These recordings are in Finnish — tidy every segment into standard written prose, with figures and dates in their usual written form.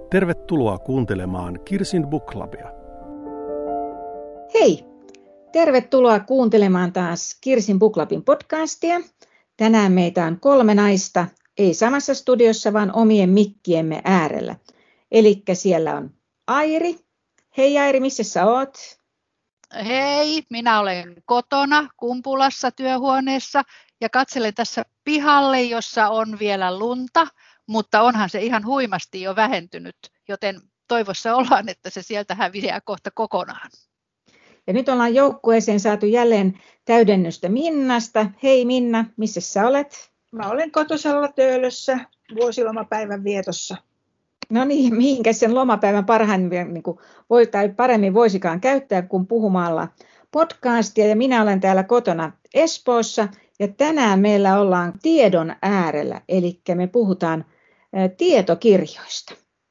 Tervetuloa kuuntelemaan Kirsin Book Clubia. Hei! Tervetuloa kuuntelemaan taas Kirsin Book Clubin podcastia. Tänään meitä on 3 naista, ei samassa studiossa, vaan omien mikkiemme äärellä. Elikkä siellä on Airi. Hei Airi, missä sä oot? Hei, minä olen kotona Kumpulassa työhuoneessa ja katselen tässä pihalle, jossa on vielä lunta, mutta onhan se ihan huimasti jo vähentynyt, joten toivossa ollaan, että se sieltä häviää kohta kokonaan. Ja nyt ollaan joukkueeseen saatu jälleen täydennystä Minnasta. Hei Minna, missä sä olet? Mä olen Kotosalla Töölössä vuosilomapäivän vietossa. No niin, mihinkä sen lomapäivän paremmin voisikaan käyttää kuin puhumalla podcastia. Ja minä olen täällä kotona Espoossa ja tänään meillä ollaan tiedon äärellä, eli me puhutaan tietokirjoista.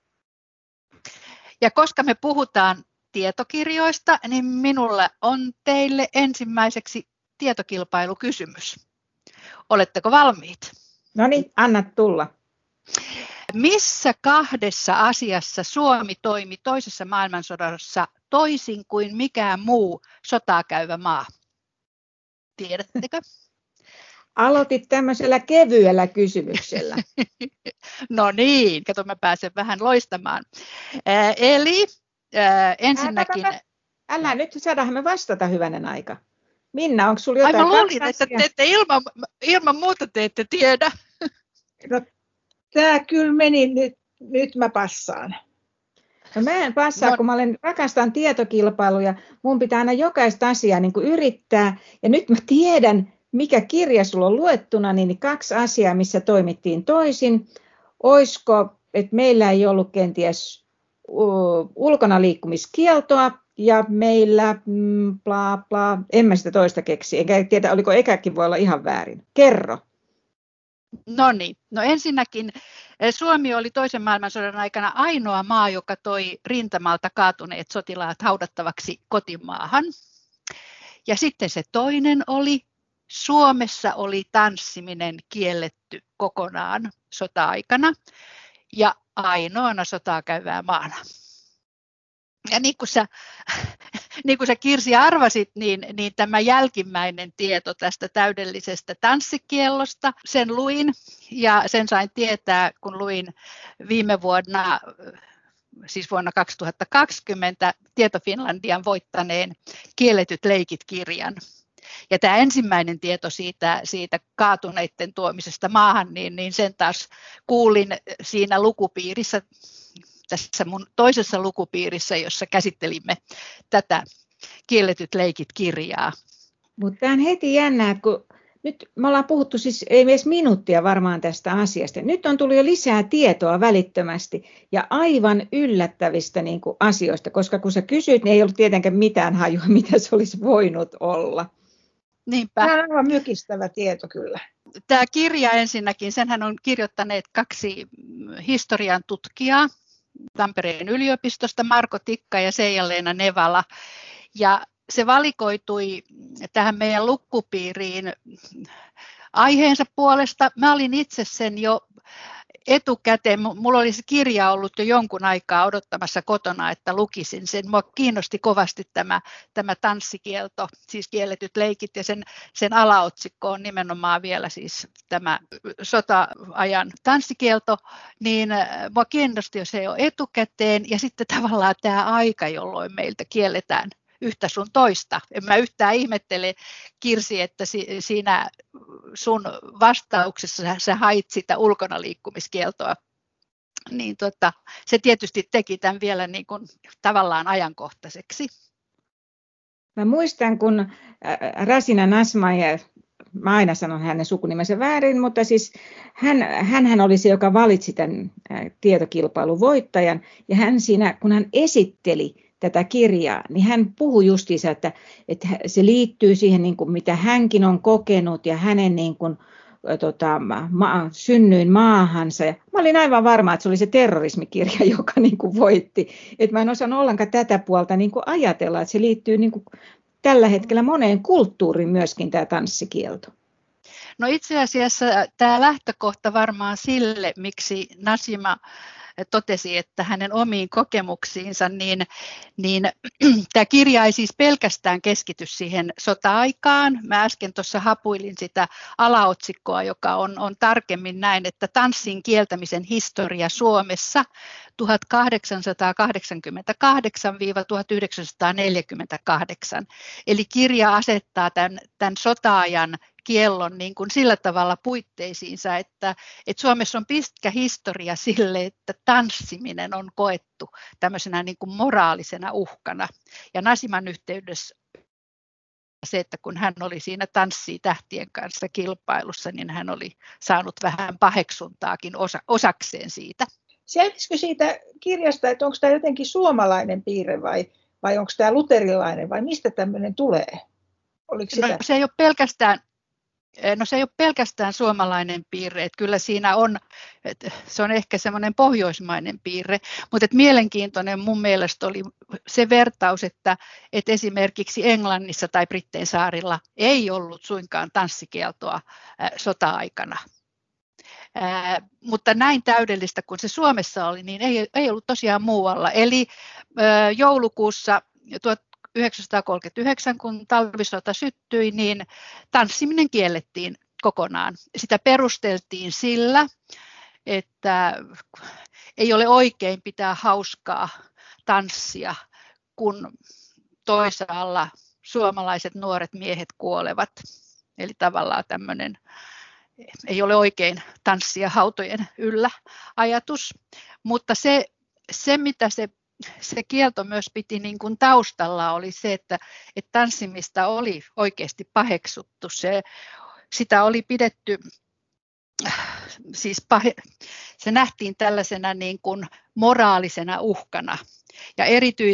Ja koska me puhutaan tietokirjoista, niin minulla on teille ensimmäiseksi tietokilpailukysymys. Oletteko valmiit? No niin, anna tulla. Missä 2 asiassa Suomi toimi toisessa maailmansodassa toisin kuin mikään muu sotaa käyvä maa? Tiedättekö? Aloitit tämmöisellä kevyellä kysymyksellä. No niin, kato mä pääsen vähän loistamaan. Eli ensinnäkin... Älä nyt, saadaanhan me vastata hyvänen aika. Minna, onko sulla jotain? Mä luulin, että te ette ilman muuta te ette tiedä. No, tämä kyllä meni nyt mä passaan. No mä en passaa, kun mä rakastan tietokilpailuja. Mun pitää aina jokaista asiaa niin kuin yrittää. Ja nyt mä tiedän, mikä kirja sulla on luettuna, niin 2 asiaa, missä toimittiin toisin. Oisko, että meillä ei ollut kenties ulkona liikkumiskieltoa ja meillä bla bla, en mä sitä toista keksi. Enkä tiedä, oliko ekäkin voi olla ihan väärin. Kerro. No niin, no ensinnäkin Suomi oli toisen maailmansodan aikana ainoa maa, joka toi rintamalta kaatuneet sotilaat haudattavaksi kotimaahan. Ja sitten se toinen oli, Suomessa oli tanssiminen kielletty kokonaan sota-aikana ja ainoana sotaa käyvää maana. Ja niin kuin sä Kirsi arvasit, niin tämä jälkimmäinen tieto tästä täydellisestä tanssikiellosta, sen luin ja sen sain tietää, kun luin viime vuonna, siis vuonna 2020, Tieto Finlandian voittaneen Kielletyt leikit-kirjan. Ja tämä ensimmäinen tieto siitä kaatuneiden tuomisesta maahan, niin sen taas kuulin siinä lukupiirissä, tässä mun toisessa lukupiirissä, jossa käsittelimme tätä Kielletyt leikit-kirjaa. Mutta tämä on heti jännää, että kun nyt me ollaan puhuttu siis ei edes minuuttia varmaan tästä asiasta. Nyt on tullut jo lisää tietoa välittömästi ja aivan yllättävistä niin kuin asioista, koska kun sä kysyit, niin ei ollut tietenkään mitään hajua, mitä se olisi voinut olla. Niinpä. Tämä on aivan mykistävä tieto kyllä. Tämä kirja ensinnäkin, senhän on kirjoittaneet 2 historian tutkijaa Tampereen yliopistosta, Marko Tikka ja Seija-Leena Nevala. Ja se valikoitui tähän meidän lukupiiriin aiheensa puolesta. Mä olin itse sen jo etukäteen, mulla oli se kirja ollut jo jonkun aikaa odottamassa kotona, että lukisin sen. Mua kiinnosti kovasti tämä tanssikielto, siis Kielletyt leikit, ja sen alaotsikko on nimenomaan vielä siis tämä sota-ajan tanssikielto, niin mua kiinnosti jo se jo etukäteen, ja sitten tavallaan tämä aika, jolloin meiltä kielletään yhtä sun toista. En mä yhtään ihmettele, Kirsi, että siinä sun vastauksessa sä hait sitä ulkona liikkumiskieltoa. Niin se tietysti teki tämän vielä niin kuin tavallaan ajankohtaiseksi. Mä muistan, kun Rasina Nasmaja, mä aina sanon hänen sukunimensä väärin, mutta siis hän oli se, joka valitsi tämän tietokilpailun voittajan. Ja hän siinä, kun hän esitteli tätä kirjaa, niin hän puhui justiinsa, että se liittyy siihen, niin kuin, mitä hänkin on kokenut ja hänen niin kuin, synnyin maahansa. Ja mä olin aivan varma, että se oli se terrorismikirja, joka niin kuin voitti. Et mä en osannut ollenkaan tätä puolta niin kuin ajatella, että se liittyy niin kuin tällä hetkellä moneen kulttuuriin myöskin tämä tanssikielto. No itse asiassa tämä lähtökohta varmaan sille, miksi Nasima totesi, että hänen omiin kokemuksiinsa, niin tämä kirja ei siis pelkästään keskity siihen sota-aikaan. Mä äsken tuossa hapuilin sitä alaotsikkoa, joka on tarkemmin näin, että tanssin kieltämisen historia Suomessa 1888-1948. Eli kirja asettaa tämän sota-ajan kiellon niin kuin sillä tavalla puitteisiinsa, että Suomessa on pitkä historia sille, että tanssiminen on koettu tämmöisenä niin kuin moraalisena uhkana. Ja Nasiman yhteydessä se, että kun hän oli siinä Tanssii tähtien kanssa kilpailussa, niin hän oli saanut vähän paheksuntaakin osakseen siitä. Selvisikö siitä kirjasta, että onko tämä jotenkin suomalainen piirre vai onko tämä luterilainen vai mistä tämmöinen tulee? No, se ei ole pelkästään suomalainen piirre, että kyllä siinä on, se on ehkä semmoinen pohjoismainen piirre, mutta mielenkiintoinen mun mielestä oli se vertaus, että esimerkiksi Englannissa tai Brittein saarilla ei ollut suinkaan tanssikieltoa sota-aikana. Mutta näin täydellistä kuin se Suomessa oli, niin ei ollut tosiaan muualla. Eli joulukuussa 1939, kun talvisota syttyi, niin tanssiminen kiellettiin kokonaan. Sitä perusteltiin sillä, että ei ole oikein pitää hauskaa tanssia, kun toisaalla suomalaiset nuoret miehet kuolevat. Eli tavallaan tämmöinen ei ole oikein tanssia hautojen yllä ajatus, mutta se mitä se kielto myös piti niin kuin taustalla oli se, että tanssimista oli oikeasti paheksuttu. Sitä oli pidetty, siis se nähtiin tällaisena niin kuin moraalisena uhkana ja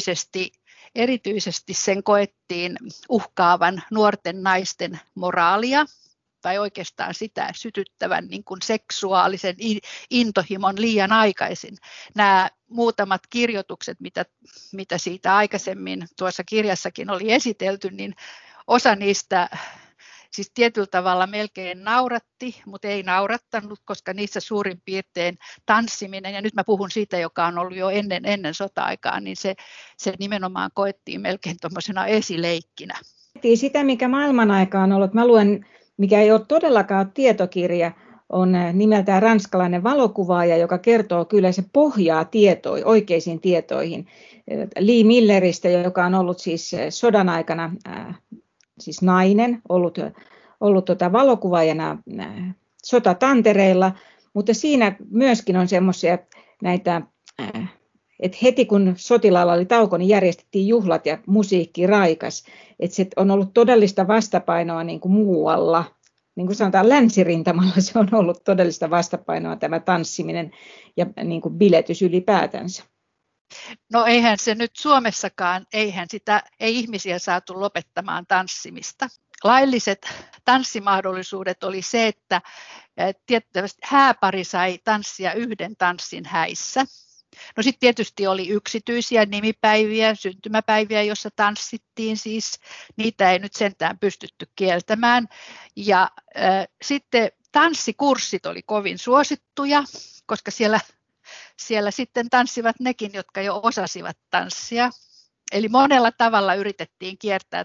erityisesti sen koettiin uhkaavan nuorten naisten moraalia tai oikeastaan sitä sytyttävän niin kuin seksuaalisen intohimon liian aikaisin. Nämä muutamat kirjoitukset, mitä siitä aikaisemmin tuossa kirjassakin oli esitelty, niin osa niistä siis tietyllä tavalla melkein nauratti, mutta ei naurattanut, koska niissä suurin piirtein tanssiminen, ja nyt mä puhun siitä, joka on ollut jo ennen sota-aikaa, niin se nimenomaan koettiin melkein tuommoisena esileikkinä. Sitä, mikä maailman aika on ollut, mä luen, mikä ei ole todellakaan tietokirja, on nimeltään ranskalainen valokuvaaja, joka kertoo kyllä, se pohjaa oikeisiin tietoihin. Lee Milleristä, joka on ollut siis sodan aikana siis nainen, ollut valokuvaajana sotatantereilla, mutta siinä myöskin on semmoisia näitä, että heti kun sotilaalla oli tauko, niin järjestettiin juhlat ja musiikki raikas. Että se on ollut todellista vastapainoa niin kuin muualla. Niin kuin sanotaan, länsirintamalla se on ollut todellista vastapainoa tämä tanssiminen ja niin kuin biletys ylipäätänsä. No eihän se nyt Suomessakaan, ei ihmisiä saatu lopettamaan tanssimista. Lailliset tanssimahdollisuudet oli se, että tietysti hääpari sai tanssia yhden tanssin häissä. No sitten tietysti oli yksityisiä nimipäiviä, syntymäpäiviä, joissa tanssittiin siis. Niitä ei nyt sentään pystytty kieltämään. Ja sitten tanssikurssit oli kovin suosittuja, koska siellä sitten tanssivat nekin, jotka jo osasivat tanssia. Eli monella tavalla yritettiin kiertää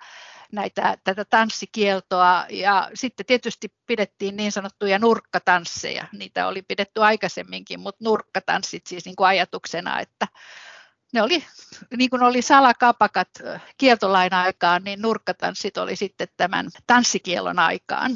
tätä tanssikieltoa ja sitten tietysti pidettiin niin sanottuja nurkkatansseja. Niitä oli pidetty aikaisemminkin, mutta nurkkatanssit siis niin kuin ajatuksena, että ne oli, niin kuin oli salakapakat kieltolain aikaan, niin nurkkatanssit oli sitten tämän tanssikiellon aikaan.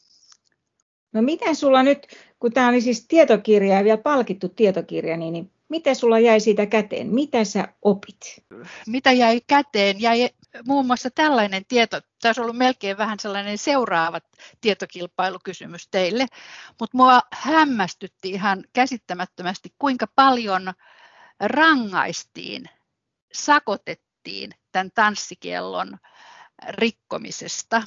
No miten sulla nyt, kun tämä oli siis tietokirja ja vielä palkittu tietokirja, niin miten sulla jäi siitä käteen? Mitä sä opit? Mitä jäi käteen? Jäi muun muassa tällainen tieto. Tämä olisi ollut melkein vähän sellainen seuraava tietokilpailukysymys teille, mutta mua hämmästytti ihan käsittämättömästi, kuinka paljon rangaistiin, sakotettiin tämän tanssikiellon rikkomisesta.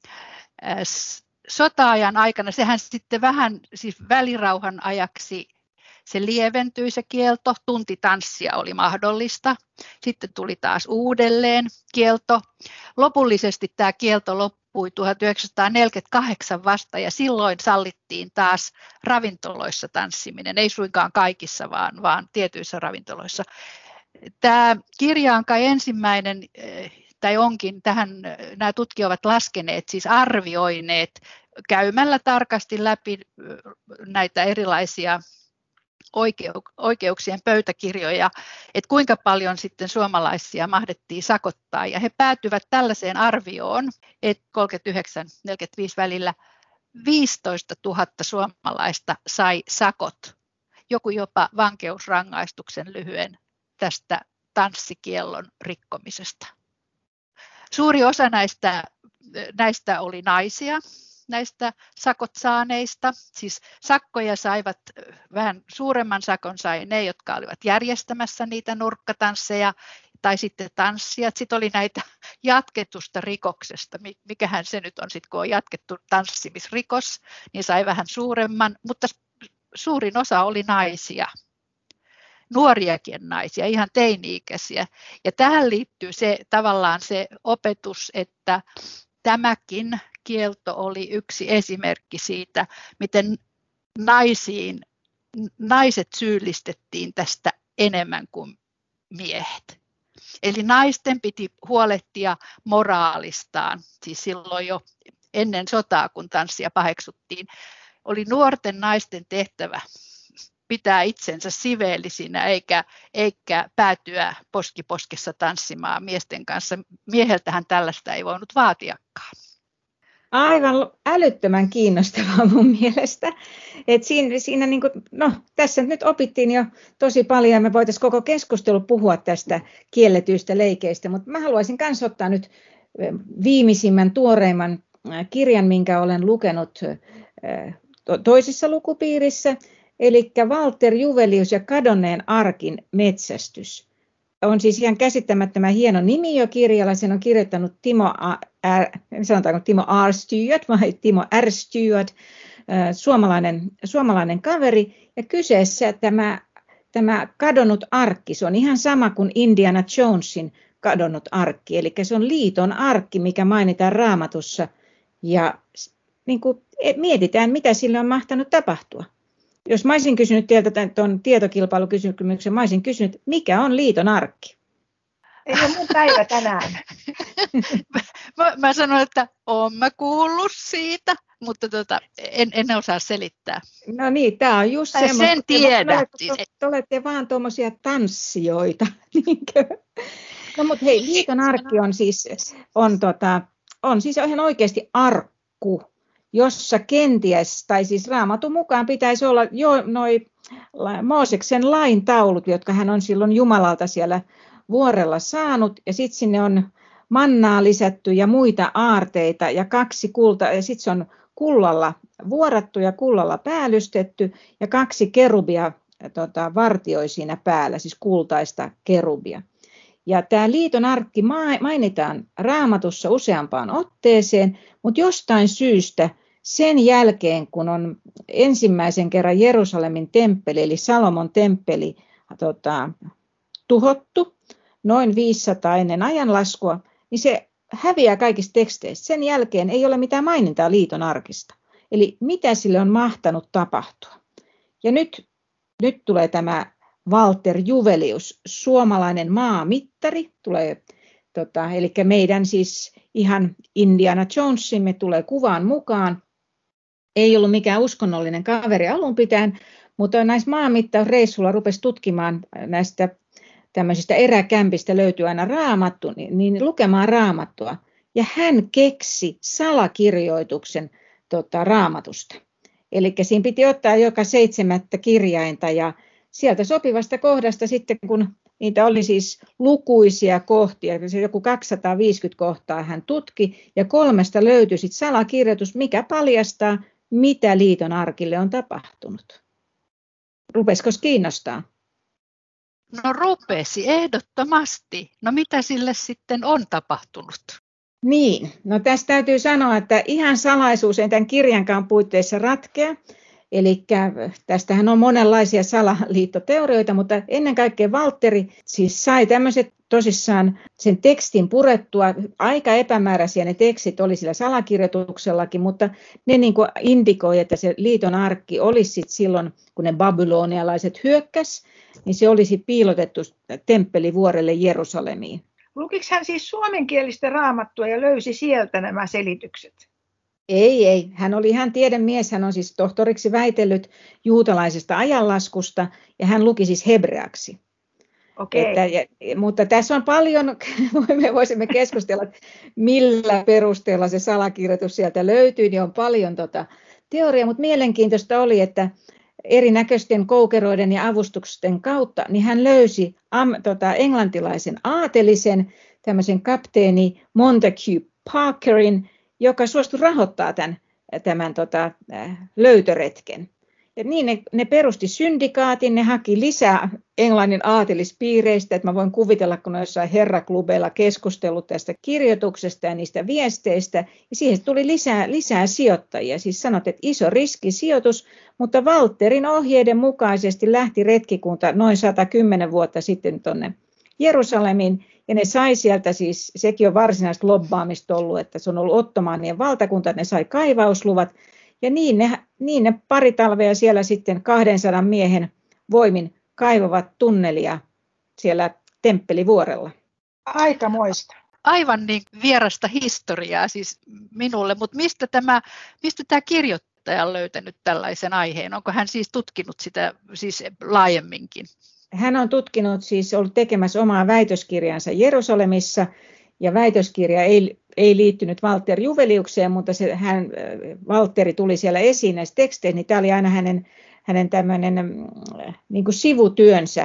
Sota-ajan aikana, sehän sitten vähän siis välirauhan ajaksi se lieventyi se kielto, tuntitanssia oli mahdollista, sitten tuli taas uudelleen kielto. Lopullisesti tämä kielto loppui 1948 vasta ja silloin sallittiin taas ravintoloissa tanssiminen, ei suinkaan kaikissa, vaan tietyissä ravintoloissa. Tämä kirja on kai ensimmäinen, tai onkin, nämä tutkijat ovat laskeneet, siis arvioineet käymällä tarkasti läpi näitä erilaisia oikeuksien pöytäkirjoja, että kuinka paljon sitten suomalaisia mahdettiin sakottaa. Ja he päätyvät tällaiseen arvioon, että 39-45 välillä 15 000 suomalaista sai sakot, joku jopa vankeusrangaistuksen lyhyen tästä tanssikiellon rikkomisesta. Suuri osa näistä oli naisia, näistä sakot saaneista. Siis sakkoja saivat, vähän suuremman sakon sai ne, jotka olivat järjestämässä niitä nurkkatansseja tai sitten tanssijat. Sitten oli näitä jatketusta rikoksesta, mikähän se nyt on sitten, kun on jatkettu tanssimisrikos, niin sai vähän suuremman, mutta suurin osa oli naisia. Nuoriakin naisia, ihan teini-ikäisiä. Ja tähän liittyy tavallaan se opetus, että tämäkin kielto oli yksi esimerkki siitä, miten naiset syyllistettiin tästä enemmän kuin miehet. Eli naisten piti huolehtia moraalistaan, siis silloin jo ennen sotaa, kun tanssia paheksuttiin, oli nuorten naisten tehtävä pitää itsensä siveellisinä eikä päätyä poskiposkessa tanssimaan miesten kanssa. Mieheltähän tällaista ei voinut vaatiakaan. Aivan älyttömän kiinnostavaa mun mielestä. Et siinä niin kuin, tässä nyt opittiin jo tosi paljon ja me voitaisiin koko keskustelu puhua tästä kielletyistä leikeistä, mutta mä haluaisin myös ottaa nyt viimeisimmän tuoreimman kirjan, minkä olen lukenut toisessa lukupiirissä, eli Walter Juvelius ja kadonneen arkin metsästys. On siis ihan käsittämättömän hieno nimi jo kirjalla. Sen on kirjoittanut Timo R. Stewart vai Timo R. Stewart, suomalainen kaveri. Ja kyseessä tämä kadonnut arkki, se on ihan sama kuin Indiana Jonesin kadonnut arkki. Eli se on liiton arkki, mikä mainitaan Raamatussa. Ja niin kuin mietitään, mitä sille on mahtanut tapahtua. Jos mä olisin kysynyt teiltä tuon tietokilpailukysymyksen, mä olisin kysynyt, mikä on liiton arkki? Ei ole mun päivä tänään. Mä sanoin, että oon mä kuullut siitä, mutta en osaa selittää. No niin, tää on just semmoista. Sen tiedät. Te olette vaan tuommoisia tanssijoita. No mutta hei, liiton arkki on siis ihan oikeasti arkku, jossa kenties, tai siis Raamatun mukaan pitäisi olla jo noi Mooseksen lain taulut, jotka hän on silloin Jumalalta siellä vuorella saanut, ja sitten sinne on mannaa lisätty ja muita aarteita, ja 2 kultaa, ja sitten se on kullalla vuorattu ja kullalla päällystetty, ja 2 kerubia vartioi siinä päällä, siis kultaista kerubia. Ja tämä liiton arkki mainitaan Raamatussa useampaan otteeseen, mutta jostain syystä sen jälkeen, kun on ensimmäisen kerran Jerusalemin temppeli, eli Salomon temppeli, tuhottu, noin 500 ennen ajanlaskua, niin se häviää kaikista teksteistä. Sen jälkeen ei ole mitään mainintaa liiton arkista. Eli mitä sille on mahtanut tapahtua. Ja nyt tulee tämä Walter Juvelius, suomalainen maamittari, tulee, eli meidän siis ihan Indiana Jonesimme tulee kuvaan mukaan. Ei ollut mikään uskonnollinen kaveri alun pitäen, mutta näissä maamittausreissuilla rupesi tutkimaan näistä tämmöisistä eräkämpistä, löytyy aina raamattu, niin lukemaan raamattua. Ja hän keksi salakirjoituksen raamatusta. Eli siinä piti ottaa joka 7. kirjainta ja sieltä sopivasta kohdasta sitten, kun niitä oli siis lukuisia kohtia, joku 250 kohtaa hän tutki, ja 3 löytyi sitten salakirjoitus, mikä paljastaa, mitä liiton arkille on tapahtunut. Rupesiko kiinnostaa? No rupesi, ehdottomasti. No mitä sille sitten on tapahtunut? Niin, no tässä täytyy sanoa, että ihan salaisuus ei tämän kirjankaan puitteissa ratkea. Eli tästähän on monenlaisia salaliittoteorioita, mutta ennen kaikkea Valtteri siis sai tämmöiset tosissaan sen tekstin purettua. Aika epämääräisiä ne tekstit oli sillä salakirjoituksellakin, mutta ne niin kuin indikoi, että se liiton arkki olisi silloin, kun ne babylonialaiset hyökkäs, niin se olisi piilotettu temppelivuorelle Jerusalemiin. Lukiko hän siis suomenkielistä raamattua ja löysi sieltä nämä selitykset? Ei. Hän oli ihan tiedemies. Hän on siis tohtoriksi väitellyt juutalaisesta ajanlaskusta ja hän luki siis hebreaksi. Okei. Mutta tässä on paljon, me voisimme keskustella, millä perusteella se salakirjoitus sieltä löytyy, niin on paljon teoriaa, mutta mielenkiintoista oli, että erinäköisten koukeroiden ja avustusten kautta, niin hän löysi englantilaisen aatelisen, tämmöisen kapteeni Montague Parkerin, joka suostui rahoittaa tämän löytöretken. Ja niin ne perusti syndikaatin, ne haki lisää Englannin aatelispiireistä, että mä voin kuvitella, kun on jossain herraklubeilla keskustellut tästä kirjoituksesta ja niistä viesteistä, ja siihen tuli lisää sijoittajia. Siis sanot, että iso riskisijoitus, mutta Valtterin ohjeiden mukaisesti lähti retkikunta noin 110 vuotta sitten tuonne Jerusalemiin, ja ne sai sieltä siis, sekin on varsinaista lobbaamista ollut, että se on ollut Ottomaanien valtakunta, että ne sai kaivausluvat, ja niin ne pari talvea siellä sitten 200 miehen voimin kaivavat tunnelia siellä Temppelivuorella. Aikamoista. Aivan niin vierasta historiaa siis minulle, mutta mistä tämä kirjoittaja on löytänyt tällaisen aiheen? Onko hän siis tutkinut sitä siis laajemminkin? Hän on tutkinut, siis ollut tekemässä omaa väitöskirjansa Jerusalemissa, ja väitöskirja ei liittynyt Walter Juveliukseen, mutta Valtteri tuli siellä esiin näissä teksteissä, niin tämä oli aina hänen tämmöinen niin kuin sivutyönsä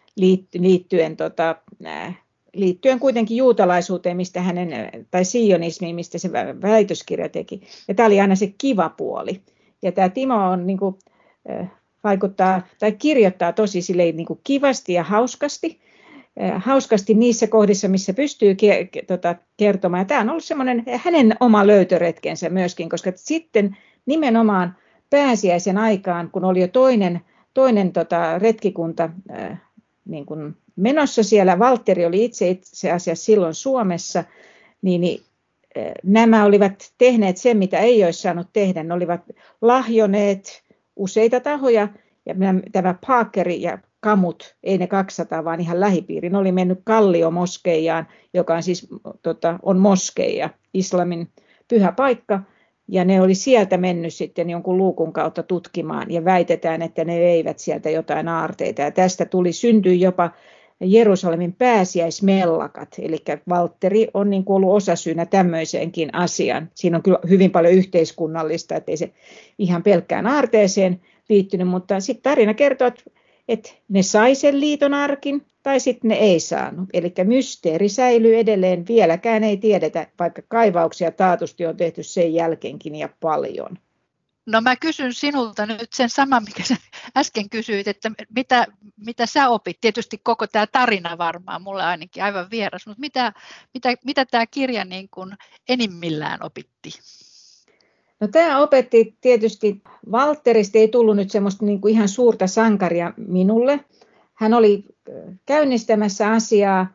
liittyen kuitenkin juutalaisuuteen, tai sionismiin, mistä se väitöskirja teki. Ja tämä oli aina se kiva puoli. Ja tämä Timo on niin kuin, vaikuttaa tai kirjoittaa tosi silleen niin kuin kivasti ja hauskasti niissä kohdissa, missä pystyy kertomaan. Ja tämä on ollut semmoinen hänen oma löytöretkensä myöskin, koska sitten nimenomaan pääsiäisen aikaan, kun oli jo toinen retkikunta niin kuin menossa siellä, Valtteri oli itse asiassa silloin Suomessa, niin nämä olivat tehneet sen, mitä ei olisi saanut tehdä. Ne olivat lahjoneet useita tahoja, ja tämä Parkeri ja Kamut, ei ne 200, vaan ihan lähipiiri. Ne oli mennyt Kallio-moskeijaan, joka on siis on moskeija, islamin pyhä paikka, ja ne oli sieltä mennyt sitten jonkun luukun kautta tutkimaan, ja väitetään, että ne veivät sieltä jotain aarteita, ja tästä syntyi jopa Jerusalemin pääsiäismellakat, eli Valtteri on niin kuin ollut osasyynä tämmöiseenkin asiaan. Siinä on kyllä hyvin paljon yhteiskunnallista, ettei se ihan pelkkään aarteeseen liittynyt, mutta sitten tarina kertoo, että ne sai sen liiton arkin tai sitten ne ei saanut. Eli mysteeri säilyy edelleen, vieläkään ei tiedetä, vaikka kaivauksia taatusti on tehty sen jälkeenkin ja paljon. No mä kysyn sinulta nyt sen saman, mikä sä äsken kysyit, että mitä sä opit? Tietysti koko tämä tarina varmaan, mulle ainakin aivan vieras, mutta mitä tämä kirja niin kuin enimmillään opitti? No tämä opetti tietysti, Valtterista ei tullut nyt semmoista niin kuin ihan suurta sankaria minulle. Hän oli käynnistämässä asiaa,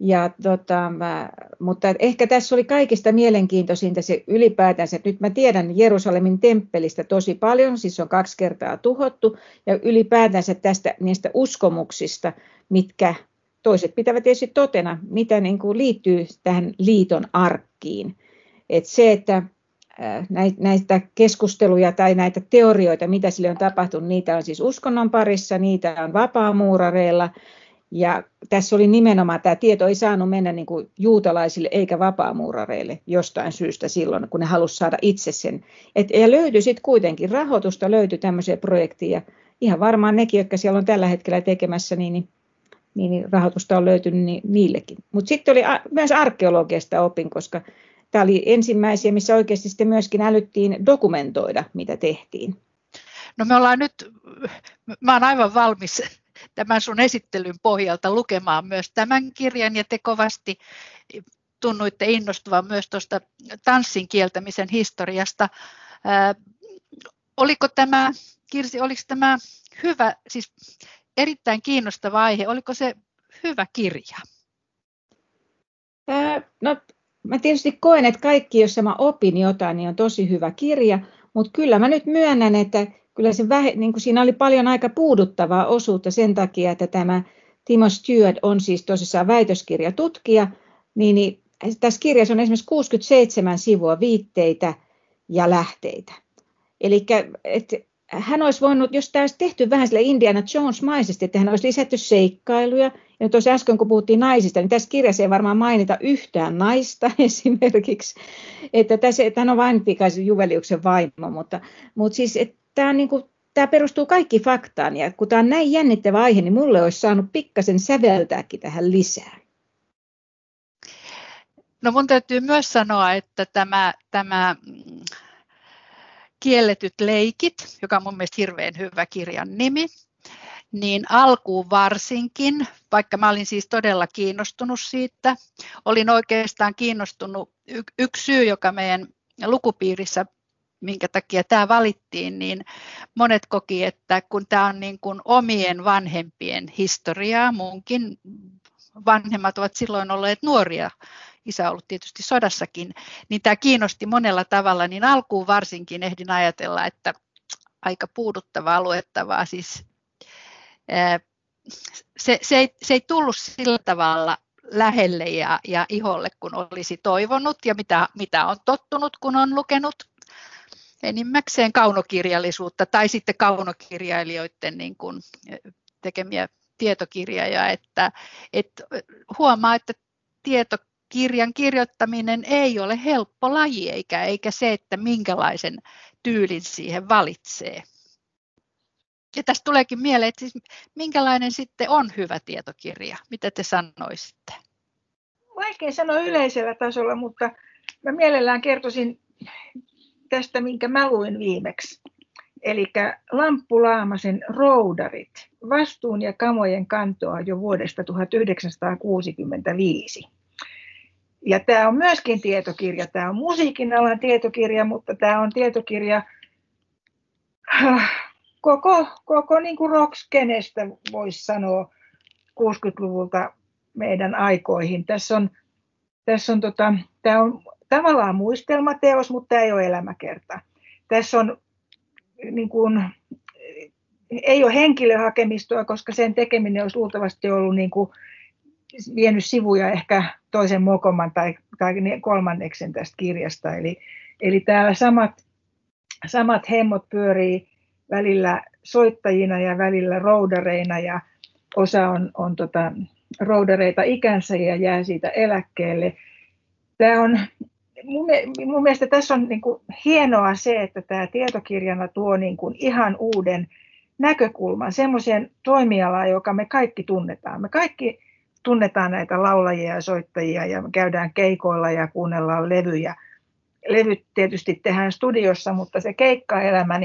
mutta ehkä tässä oli kaikista mielenkiintoisinta se ylipäätänsä, että nyt mä tiedän Jerusalemin temppelistä tosi paljon, siis se on 2 kertaa tuhottu, ja ylipäätänsä niistä uskomuksista, mitkä toiset pitävät tietysti totena, mitä niin kuin liittyy tähän liiton arkkiin. Että se, että näitä keskusteluja tai näitä teorioita, mitä sille on tapahtunut, niitä on siis uskonnon parissa, niitä on vapaamuurareilla. Ja tässä oli nimenomaan, tämä tieto ei saanut mennä niin kuin juutalaisille eikä vapaamuurareille jostain syystä silloin, kun ne halusivat saada itse sen. Ja löytyi sitten kuitenkin rahoitusta, löytyi tämmöiseen projektiin. Ja ihan varmaan nekin, jotka siellä on tällä hetkellä tekemässä, niin rahoitusta on löytynyt niillekin. Mutta sitten oli myös arkeologiasta opin, koska tämä oli ensimmäisiä, missä oikeasti sitten myöskin älyttiin dokumentoida, mitä tehtiin. No mä olen aivan valmis tämän sun esittelyn pohjalta lukemaan myös tämän kirjan, ja te kovasti tunnuitte innostuvan myös tuosta tanssin kieltämisen historiasta. Oliko tämä Kirsi, oliko tämä hyvä, siis erittäin kiinnostava aihe, oliko se hyvä kirja? No, mä tietysti koen, että kaikki, jos mä opin jotain, niin on tosi hyvä kirja, mutta kyllä mä nyt myönnän, että kyllä se niin kuin siinä oli paljon aika puuduttavaa osuutta sen takia, että tämä Timo Stewart on siis tosissaan väitöskirjatutkija, niin tässä kirjassa on esimerkiksi 67 sivua viitteitä ja lähteitä. Eli hän olisi voinut, jos tämä olisi tehty vähän sille Indiana Jones-maisesti, että hän olisi lisätty seikkailuja. Ja tuossa äsken, kun puhuttiin naisista, niin tässä kirjassa ei varmaan mainita yhtään naista esimerkiksi. Että hän on vain pikaisen Juveliuksen vaimo, mutta siis tämä, niin kuin, tämä perustuu kaikki faktaan. Ja kun tämä on näin jännittävä aihe, niin mulle olisi saanut pikkasen säveltääkin tähän lisää. No mun täytyy myös sanoa, että tämä Kielletyt leikit, joka on mun mielestä hirveän hyvä kirjan nimi, niin alkuun varsinkin, vaikka mä olin siis todella kiinnostunut siitä, olin oikeastaan kiinnostunut, yksi syy, joka meidän lukupiirissä, minkä takia tämä valittiin, niin monet koki, että kun tämä on niin kuin omien vanhempien historiaa, munkin vanhemmat ovat silloin olleet nuoria, isä on ollut tietysti sodassakin, niin tämä kiinnosti monella tavalla, niin alkuun varsinkin ehdin ajatella, että aika puuduttavaa luettavaa, siis se ei tullut sillä tavalla lähelle ja iholle, kun olisi toivonut ja mitä on tottunut, kun on lukenut enimmäkseen kaunokirjallisuutta tai sitten kaunokirjailijoiden niin kuin tekemiä tietokirjoja, että huomaa, että tietokirjan kirjoittaminen ei ole helppo laji, eikä se, että minkälaisen tyylin siihen valitsee. Ja tästä tuleekin mieleen, että siis minkälainen sitten on hyvä tietokirja? Mitä te sanoisitte? Vaikea sanoa yleisellä tasolla, mutta mä mielellään kertoisin tästä, minkä mä luin viimeksi. Eli Lamppu Laamasen Roudarit, vastuun ja kamojen kantoa jo vuodesta 1965. Ja tämä on myöskin tietokirja. Tämä on musiikin alan tietokirja, mutta tämä on tietokirja koko niin kuin rock-skenestä, voisi sanoa, 60-luvulta meidän aikoihin. Tämä on tavallaan muistelmateos, mutta tämä ei ole elämäkerta. Tässä on, niin kuin, ei ole henkilöhakemistoa, koska sen tekeminen olisi luultavasti ollut niin kuin, vienyt sivuja ehkä toisen mokoman tai kolmanneksen tästä kirjasta. Eli täällä samat hemmot pyörii välillä soittajina ja välillä roudareina, ja osa on roudareita ikänsä ja jää siitä eläkkeelle. Tämä on, mun mielestä tässä on niin kuin hienoa se, että tämä tietokirjana tuo niin kuin ihan uuden näkökulman semmoiseen toimialaan, joka me kaikki tunnetaan. Me kaikki tunnetaan näitä laulajia ja soittajia ja me käydään keikoilla ja kuunnellaan levyjä. Levyt tietysti tehdään studiossa, mutta se keikkaelämä,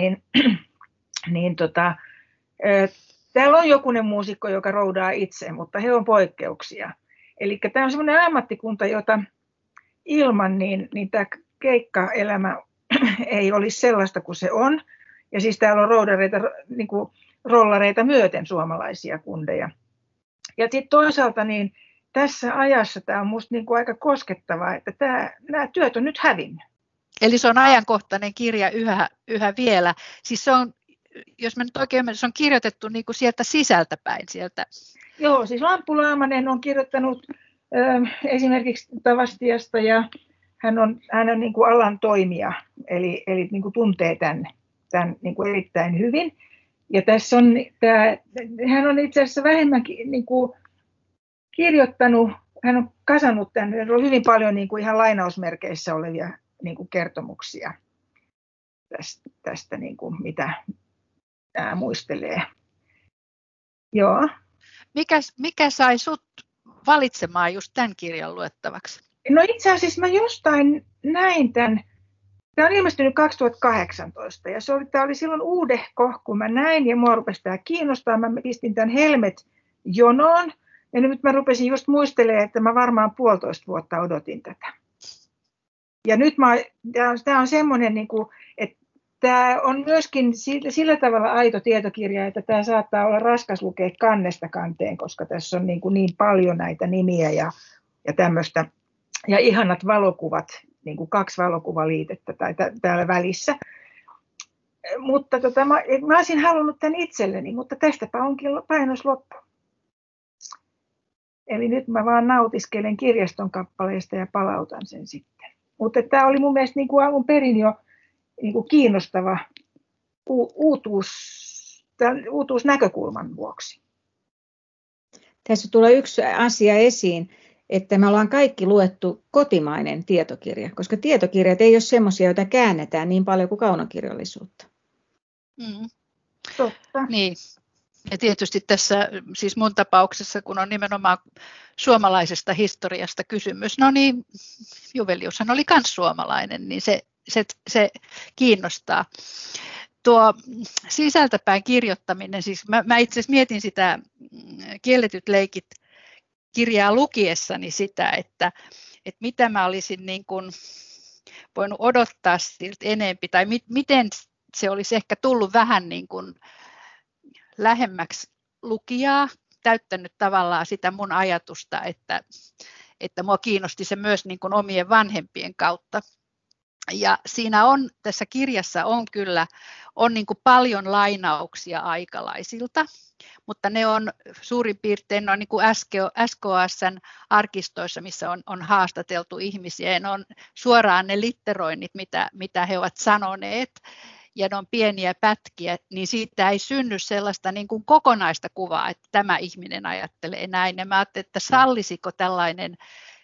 täällä on jokunen muusikko, joka roudaa itse, mutta he on poikkeuksia. Eli tämä on semmoinen ammattikunta, jota ilman niin tämä keikkaelämä ei olisi sellaista kuin se on. Ja siis täällä on roudareita, niin kuin rollareita myöten suomalaisia kundeja. Ja sitten toisaalta niin tässä ajassa tämä on minusta niin kuin aika koskettavaa, että nämä työt on nyt hävinnyt. Eli se on ajankohtainen kirja yhä vielä. Siis se on, jos mä nyt oikein, se on kirjoitettu niin kuin sieltä sisältäpäin. Sieltä. Joo, siis Lamppu Laamanen on kirjoittanut esimerkiksi Tavastiasta ja hän on niin kuin alan toimija, eli niin kuin tuntee tämän niin kuin erittäin hyvin. Ja tässä on, hän on itse asiassa vähemmän niin kuin kirjoittanut, hän on kasannut tämän, on hyvin paljon niin kuin ihan lainausmerkeissä olevia niin kuin kertomuksia tästä niin kuin, mitä tämä muistelee. Joo. Mikä sai sut valitsemaan just tämän kirjan luettavaksi? No itse asiassa mä jostain näin tämän. Tämä on ilmestynyt 2018 ja tämä oli silloin uudehko, kun mä näin ja mua rupesi tämä kiinnostaa. Mä pistin tämän Helmet-jonoon ja nyt mä rupesin just muistelemaan, että mä varmaan 1,5 vuotta odotin tätä. Ja nyt tämä on semmoinen, että Tämä on myöskin sillä tavalla aito tietokirja, että tämä saattaa olla raskas lukea kannesta kanteen, koska tässä on niin paljon näitä nimiä ja tämmöistä. Ja ihanat valokuvat, niin kuin 2 valokuvaliitettä tai täällä välissä. Mutta mä olisin halunnut tämän itselleni, mutta tästäpä onkin painos loppu. Eli nyt mä vaan nautiskelen kirjaston kappaleista ja palautan sen sitten. Mutta tämä oli mun mielestä niin kuin alun perin jo niin kuin kiinnostava uutuusnäkökulman vuoksi. Tässä tulee yksi asia esiin, että me ollaan kaikki luettu kotimainen tietokirja, koska tietokirjat ei ole semmoisia, joita käännetään niin paljon kuin kaunokirjallisuutta. Totta. Niin. Ja tietysti tässä, siis mun tapauksessa, kun on nimenomaan suomalaisesta historiasta kysymys, no niin, Juveliushan oli myös suomalainen, niin se kiinnostaa. Tuo sisältäpäin kirjoittaminen, siis mä itse asiassa mietin sitä Kielletyt leikit -kirjaa lukiessani sitä, että mitä mä olisin niin kuin voinut odottaa siltä enempi, tai miten se olisi ehkä tullut vähän niin kuin lähemmäksi lukijaa, täyttänyt tavallaan sitä mun ajatusta, että mua kiinnosti se myös niin kuin omien vanhempien kautta. Ja tässä kirjassa on kyllä niin kuin paljon lainauksia aikalaisilta, mutta ne on suurin piirtein niin kuin SKS:n arkistoissa, missä on haastateltu ihmisiä, ja ne on suoraan ne litteroinnit, mitä he ovat sanoneet, ja ne on pieniä pätkiä, niin siitä ei synny sellaista niin kuin kokonaista kuvaa, että tämä ihminen ajattelee näin. Ja mä ajattelin, että sallisiko tällainen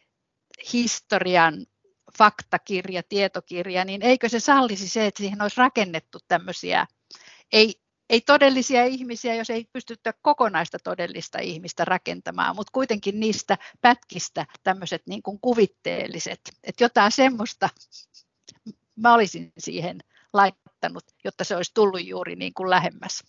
historian faktakirja, tietokirja, niin eikö se sallisi se, että siihen olisi rakennettu tämmöisiä, ei todellisia ihmisiä, jos ei pystytä kokonaista todellista ihmistä rakentamaan, mutta kuitenkin niistä pätkistä tämmöiset niin kuin kuvitteelliset, että jotain semmoista mä olisin siihen laittanut, jotta se olisi tullut juuri niin kuin lähemmäs.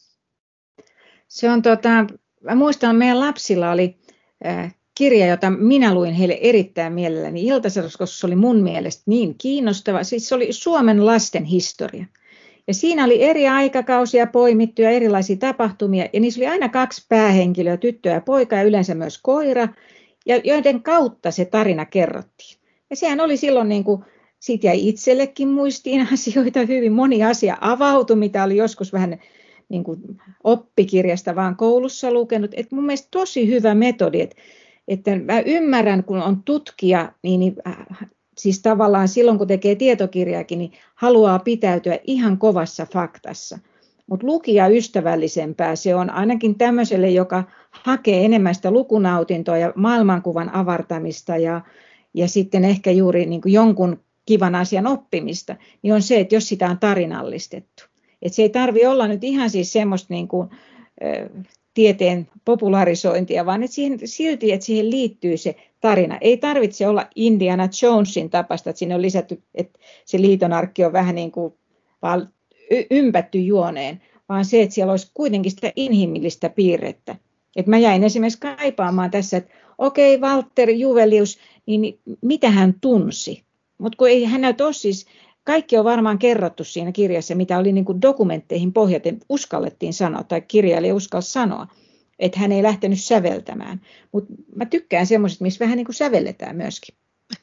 Se on mä muistan, meidän lapsilla oli kirja, jota minä luin heille erittäin mielelläni iltasadossa, koska se oli mun mielestä niin kiinnostava. Siis se oli Suomen lasten historia. Ja siinä oli eri aikakausia poimittuja, erilaisia tapahtumia, ja niissä oli aina 2 päähenkilöä, tyttö ja poika, ja yleensä myös koira, ja joiden kautta se tarina kerrottiin. Ja sehän oli silloin, niin kuin, siitä jäi itsellekin muistiin asioita, hyvin moni asia avautui, mitä oli joskus vähän niin kuin oppikirjasta vaan koulussa lukenut. Et mun mielestä tosi hyvä metodi, että mä ymmärrän, kun on tutkija, niin siis tavallaan silloin, kun tekee tietokirjaakin, niin haluaa pitäytyä ihan kovassa faktassa. Mutta lukijaystävällisempää se on ainakin tämmöiselle, joka hakee enemmän sitä lukunautintoa ja maailmankuvan avartamista ja sitten ehkä juuri niin kuin jonkun kivan asian oppimista, niin on se, että jos sitä on tarinallistettu. Että se ei tarvitse olla nyt ihan siis semmoista niin kuin, tieteen popularisointia, vaan että silti, että siihen liittyy se tarina. Ei tarvitse olla Indiana Jonesin tapaista, että sinne on lisätty, että se liitonarkki on vähän niin kuin vaan ympätty juoneen, vaan se, että siellä olisi kuitenkin sitä inhimillistä piirrettä. Että mä jäin esimerkiksi kaipaamaan tässä, että okei, Walter Juvelius, niin mitä hän tunsi? Mutta kun ei häneltä ole siis, kaikki on varmaan kerrottu siinä kirjassa, mitä oli niin kuin dokumentteihin pohjaten, uskallettiin sanoa, tai kirjailija uskalsi sanoa, että hän ei lähtenyt säveltämään. Mutta mä tykkään semmoisesta, missä vähän niin kuin sävelletään myöskin.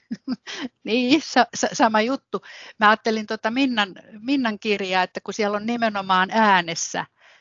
Niin, sama juttu. Mä ajattelin Minnan kirjaa, että kun siellä on nimenomaan äänessä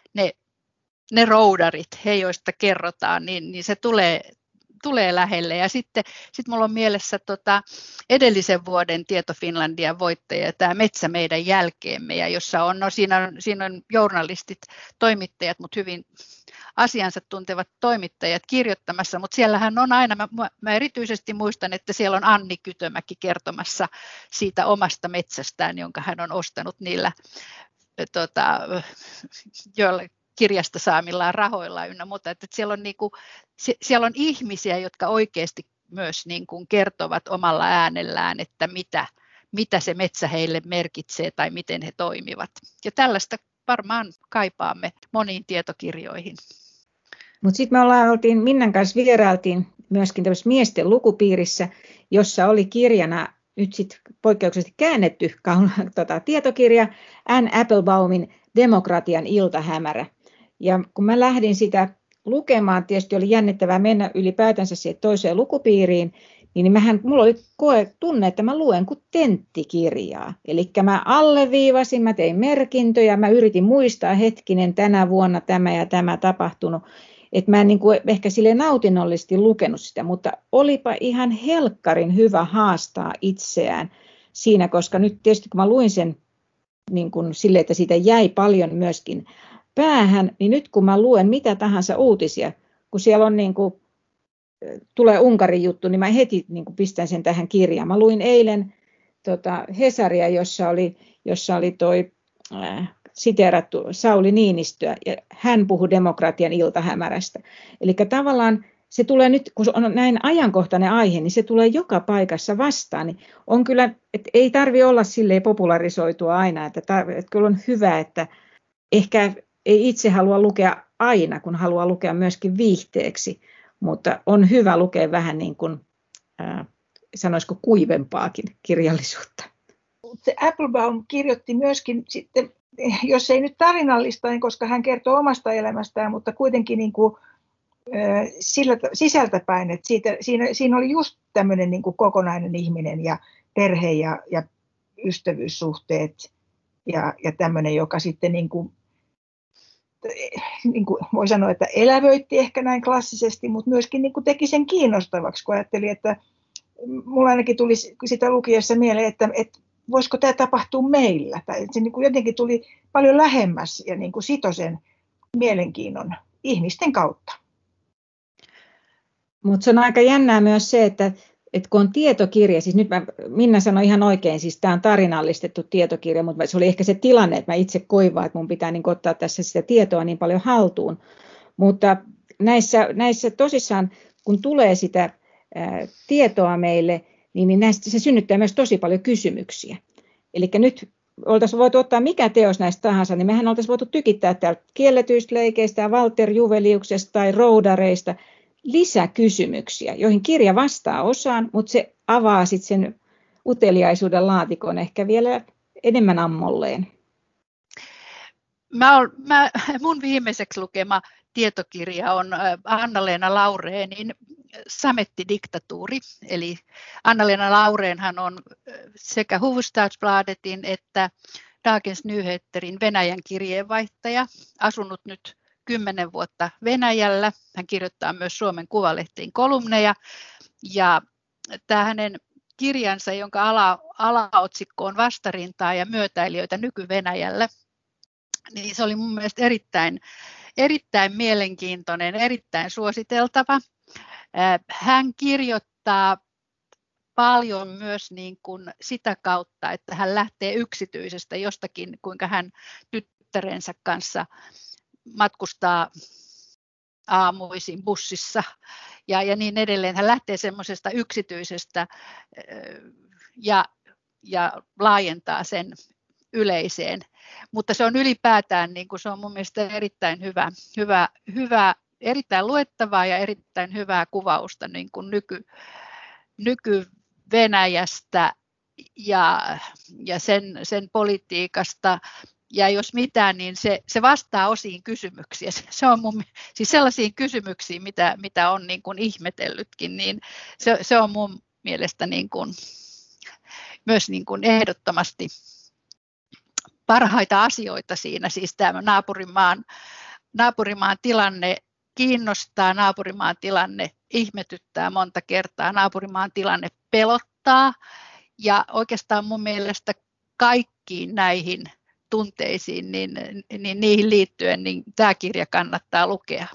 ne roudarit, he joista kerrotaan, niin se tulee lähelle. Ja sitten mulla on mielessä edellisen vuoden Tieto Finlandian voittaja, tämä Metsä meidän jälkeemme, ja jossa on, siinä on journalistit, toimittajat, mutta hyvin asiansa tuntevat toimittajat kirjoittamassa, mutta siellähän on aina, mä erityisesti muistan, että siellä on Anni Kytömäki kertomassa siitä omasta metsästään, jonka hän on ostanut niillä joilla kirjasta saamillaan rahoilla ynnä muuta, että siellä on ihmisiä, jotka oikeasti myös niin kuin kertovat omalla äänellään, että mitä se metsä heille merkitsee tai miten he toimivat. Ja tällaista varmaan kaipaamme moniin tietokirjoihin. Mutta sitten Minnan kanssa vierailtiin myöskin tämmöisessä miesten lukupiirissä, jossa oli kirjana nyt sitten poikkeuksellisesti käännetty tietokirja Anne Applebaumin Demokratian iltahämärä. Ja kun mä lähdin sitä lukemaan, tietysti oli jännittävää mennä ylipäätänsä siihen toiseen lukupiiriin, niin mulla oli tunne, että mä luen kuin tenttikirjaa. Eli mä alleviivasin, mä tein merkintöjä, mä yritin muistaa hetkinen tänä vuonna tämä ja tämä tapahtunut. Että mä en niin kuin ehkä silleen nautinnollisesti lukenut sitä, mutta olipa ihan helkkarin hyvä haastaa itseään siinä, koska nyt tietysti kun mä luin sen niin kuin silleen, että siitä jäi paljon myöskin päähän, niin nyt kun mä luen mitä tahansa uutisia, kun siellä on niin kuin, tulee Unkarin juttu, niin mä heti niin kuin pistän sen tähän kirjaan. Mä luin eilen Hesaria, jossa oli toi siteerattu Sauli Niinistöä, ja hän puhui demokratian iltahämärästä. Eli tavallaan se tulee nyt, kun on näin ajankohtainen aihe, niin se tulee joka paikassa vastaan. Niin on kyllä, että ei tarvitse olla silleen popularisoitua aina, että kyllä on hyvä, että ehkä ei itse halua lukea aina, kun haluaa lukea myöskin viihteeksi, mutta on hyvä lukea vähän niin kuin, sanoisiko kuivempaakin kirjallisuutta. Se Applebaum kirjoitti myöskin sitten, jos ei nyt tarinallista, niin koska hän kertoo omasta elämästään, mutta kuitenkin niin kuin, sisältäpäin, että siinä oli just tämmöinen niin kuin kokonainen ihminen ja perhe ja ystävyyssuhteet ja tämmöinen, joka sitten niin kuin voi sanoa, että elävöitti ehkä näin klassisesti, mutta myöskin niin kuin teki sen kiinnostavaksi, kun ajattelin, että mulla ainakin tuli sitä lukiessa mieleen, että voisiko tämä tapahtua meillä. Tai se niin kuin jotenkin tuli paljon lähemmäs ja niin kuin sitoi sen mielenkiinnon ihmisten kautta. Mutta se on aika jännää myös se, että kun on tietokirja, siis nyt Minna sanoi ihan oikein, siis tämä on tarinallistettu tietokirja, mutta se oli ehkä se tilanne, että mä itse koin vaan, että mun pitää niin ottaa tässä sitä tietoa niin paljon haltuun. Mutta näissä tosissaan, kun tulee sitä tietoa meille, niin näistä se synnyttää myös tosi paljon kysymyksiä. Eli nyt oltaisiin voitu ottaa mikä teos näistä tahansa, niin mehän oltaisiin voitu tykittää täältä kielletyistä leikeistä, Walter Juveliuksesta tai roudareista lisäkysymyksiä, joihin kirja vastaa osaan, mutta se avaa sitten sen uteliaisuuden laatikon ehkä enemmän ammolleen. Mun viimeiseksi lukema tietokirja on Anna-Leena Laureenin Samettidiktatuuri. Eli Anna-Leena Laureenhan on sekä Hufvudstadsbladetin että Dagens Nyheterin Venäjän kirjeenvaihtaja, asunut nyt 10 vuotta Venäjällä. Hän kirjoittaa myös Suomen Kuvalehtiin kolumneja. Ja tämä hänen kirjansa, jonka alaotsikko on Vastarintaa ja myötäilijöitä nyky-Venäjällä, niin se oli mun mielestä erittäin mielenkiintoinen, erittäin suositeltava. Hän kirjoittaa paljon myös niin kuin sitä kautta, että hän lähtee yksityisestä jostakin, kuinka hän tyttärensä kanssa matkustaa aamuisin bussissa ja niin edelleen. Hän lähtee semmoisesta yksityisestä ja laajentaa sen yleiseen. Mutta se on ylipäätään, niin kuin se on mun mielestä erittäin hyvä, erittäin luettavaa ja erittäin hyvää kuvausta niin kuin nyky-Venäjästä ja sen politiikasta. Ja jos mitään, niin se vastaa osiin kysymyksiä. Se on siis sellaisiin kysymyksiin, mitä on niin kuin ihmetellytkin, niin se on mun mielestä niin kuin, myös niin kuin ehdottomasti parhaita asioita siinä. Siis tämä naapurimaan tilanne kiinnostaa, naapurimaan tilanne ihmetyttää monta kertaa, naapurimaan tilanne pelottaa. Ja oikeastaan mun mielestä kaikkiin näihin tunteisiin, niin niihin liittyen niin tämä kirja kannattaa lukea.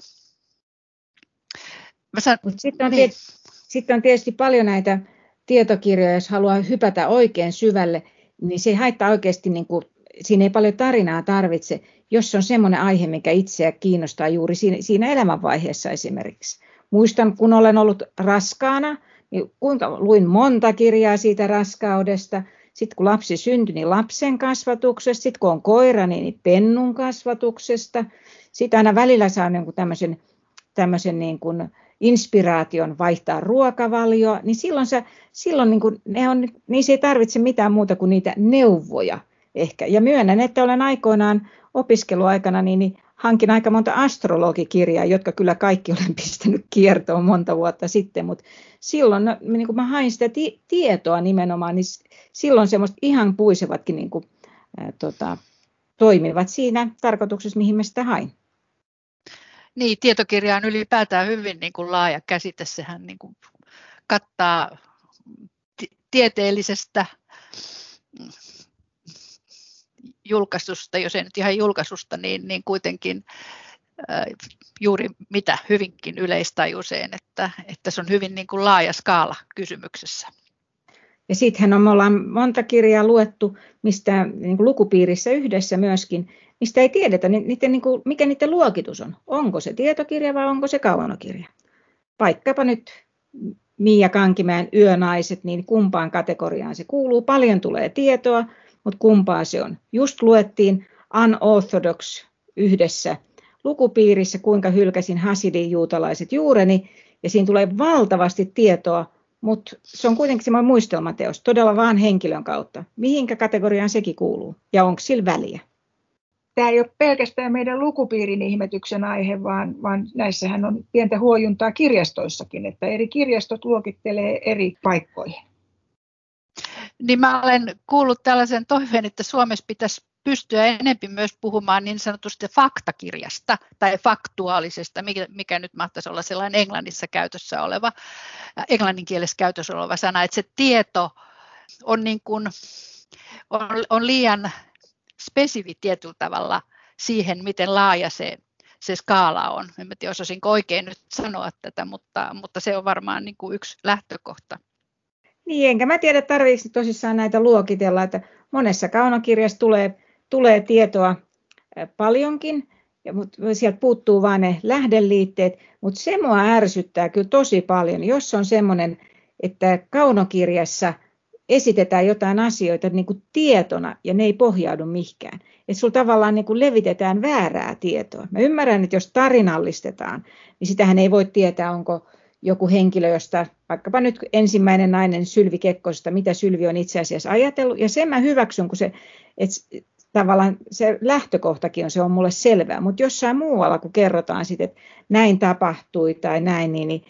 Sitten on tietysti paljon näitä tietokirjoja, jos haluaa hypätä oikein syvälle, niin se ei haittaa oikeasti, niin kuin, siinä ei paljon tarinaa tarvitse, jos on semmoinen aihe, mikä itseä kiinnostaa juuri siinä elämänvaiheessa esimerkiksi. Muistan, kun olen ollut raskaana, niin kuinka luin monta kirjaa siitä raskaudesta. Sitten kun lapsi syntyi, niin lapsen kasvatuksesta. Sitten kun on koira, niin pennun kasvatuksesta. Sitten aina välillä saa tämmöisen niin kuin inspiraation vaihtaa ruokavalioa, niin silloin niin kuin niissä ei tarvitse mitään muuta kuin niitä neuvoja ehkä. Ja myönnän, että olen aikoinaan opiskeluaikana niin hankin aika monta astrologikirjaa, jotka kyllä kaikki olen pistänyt kiertoon monta vuotta sitten, mutta silloin niin kun mä hain sitä tietoa nimenomaan, niin silloin semmoista ihan puisevatkin niin kuin, toimivat siinä tarkoituksessa, mihin mä sitä hain. Niin, tietokirja on ylipäätään hyvin niin kuin laaja käsite. Sehän niin kuin kattaa tieteellisestä julkaisusta, jos ei nyt ihan julkaisusta, niin kuitenkin juuri mitä hyvinkin yleistajuiseen, että se on hyvin niin kuin laaja skaala kysymyksessä. Ja sittenhän me ollaan monta kirjaa luettu, mistä niin kuin lukupiirissä yhdessä myöskin, mistä ei tiedetä, mikä niiden luokitus on. Onko se tietokirja vai onko se kaunokirja? Vaikkapa nyt Mia Kankimäen Yönaiset, niin kumpaan kategoriaan se kuuluu. Paljon tulee tietoa, mutta kumpaa se on. Just luettiin Unorthodox yhdessä lukupiirissä, kuinka hylkäsin Hasidin juutalaiset juureni, ja siinä tulee valtavasti tietoa, mutta se on kuitenkin semmoinen muistelmateos, todella vaan henkilön kautta. Mihinkä kategoriaan sekin kuuluu ja onko sillä väliä? Tämä ei ole pelkästään meidän lukupiirin ihmetyksen aihe, vaan näissähän on pientä huojuntaa kirjastoissakin, että eri kirjastot luokittelee eri paikkoihin. Niin mä olen kuullut tällaisen toiveen, että Suomessa pitäisi pystyä enemmän myös puhumaan niin sanotusti faktakirjasta tai faktuaalisesta, mikä nyt mahtaisi olla sellainen englanninkielessä käytössä oleva sana, että se tieto on, niin kuin, on liian spesifi tietyllä tavalla siihen, miten laaja se skaala on. En tiedä, osasinko oikein nyt sanoa tätä, mutta se on varmaan niin kuin yksi lähtökohta. Niin, enkä mä tiedä, tarvitseeko tosissaan näitä luokitella, että monessa kaunokirjassa tulee tietoa paljonkin, mutta sieltä puuttuu vain ne lähdeliitteet, mutta se mua ärsyttää kyllä tosi paljon, jos on semmoinen, että kaunokirjassa esitetään jotain asioita niin kuin tietona ja ne ei pohjaudu mihinkään. Että sulla tavallaan niin kuin levitetään väärää tietoa. Mä ymmärrän, että jos tarinallistetaan, niin sitähän ei voi tietää, onko joku henkilö, josta vaikkapa nyt ensimmäinen nainen Sylvi Kekkosesta, mitä Sylvi on itse asiassa ajatellut. Ja sen mä hyväksyn, kun että tavallaan se lähtökohtakin se on mulle selvää. Mutta jossain muualla, kun kerrotaan sitten, että näin tapahtui tai näin, niin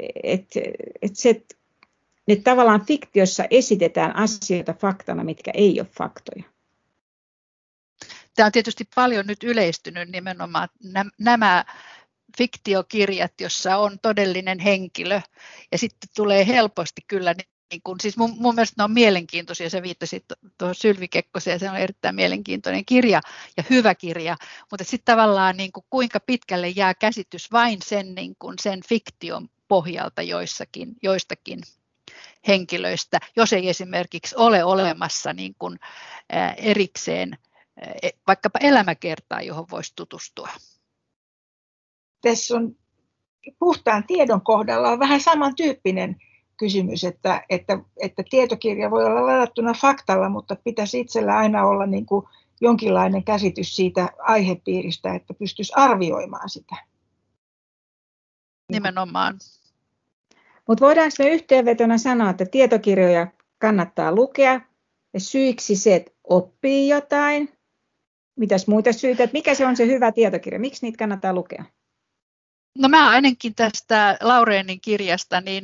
että tavallaan fiktiossa esitetään asioita faktana, mitkä ei ole faktoja. Tämä on tietysti paljon nyt yleistynyt nimenomaan nämä fiktiokirjat, jossa on todellinen henkilö, ja sitten tulee helposti kyllä, siis mun mielestä ne on mielenkiintoisia, se viittasi tuohon Sylvi Kekkoseen, se on erittäin mielenkiintoinen kirja ja hyvä kirja, mutta sitten tavallaan niin kuin, kuinka pitkälle jää käsitys vain sen fiktion pohjalta joistakin henkilöistä, jos ei esimerkiksi ole olemassa niin kuin erikseen vaikkapa elämäkertaa, johon voisi tutustua. Tässä on puhtaan tiedon kohdalla on vähän samantyyppinen kysymys, että tietokirja voi olla ladattuna faktalla, mutta pitäisi itsellä aina olla niin kuin jonkinlainen käsitys siitä aihepiiristä, että pystyisi arvioimaan sitä. Nimenomaan. Mutta voidaanko me yhteenvetona sanoa, että tietokirjoja kannattaa lukea ja syiksi se, että oppii jotain? Mitäs muita syitä? Että mikä se on se hyvä tietokirja? Miksi niitä kannattaa lukea? No mä ainakin tästä Laureenin kirjasta, niin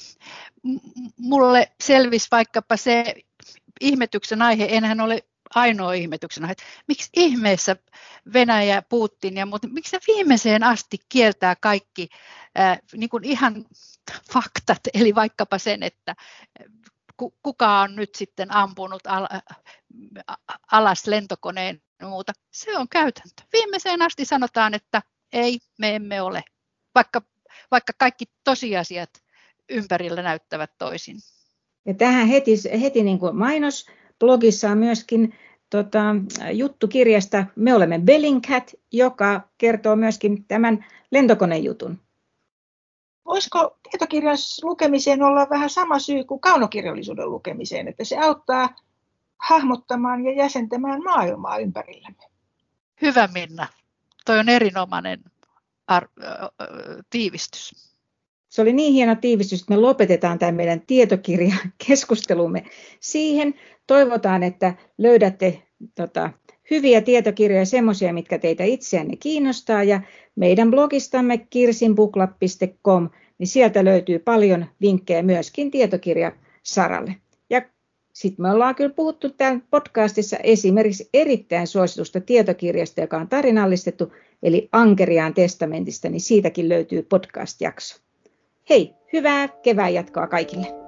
mulle selvisi vaikkapa se ihmetyksen aihe, enhän ole ainoa ihmetyksen aihe, miksi ihmeessä Venäjä, Putin ja muut, miksi se viimeiseen asti kieltää kaikki niin kuin ihan faktat, eli vaikkapa sen, että kuka on nyt sitten ampunut alas lentokoneen ja muuta, se on käytäntö. Viimeiseen asti sanotaan, että ei, me emme ole, vaikka kaikki tosiasiat ympärillä näyttävät toisin. Ja tähän heti niin kuin mainosblogissa on myöskin juttu kirjasta Me olemme Bellingcat, joka kertoo myöskin tämän lentokonejutun. Voisiko tietokirjan lukemiseen olla vähän sama syy kuin kaunokirjallisuuden lukemiseen, että se auttaa hahmottamaan ja jäsentämään maailmaa ympärillämme? Hyvä Minna, toi on erinomainen tiivistys. Se oli niin hieno tiivistys, että me lopetetaan tämä meidän tietokirjakeskustelumme siihen. Toivotaan, että löydätte hyviä tietokirjoja, semmoisia, mitkä teitä itseänne kiinnostaa. Ja meidän blogistamme kirsinbooklab.com, niin sieltä löytyy paljon vinkkejä myöskin tietokirjasaralle. Ja sitten me ollaan kyllä puhuttu täällä podcastissa esimerkiksi erittäin suositusta tietokirjasta, joka on tarinallistettu, eli Ankeriaan testamentista, niin siitäkin löytyy podcast-jakso. Hei, hyvää kevään jatkoa kaikille!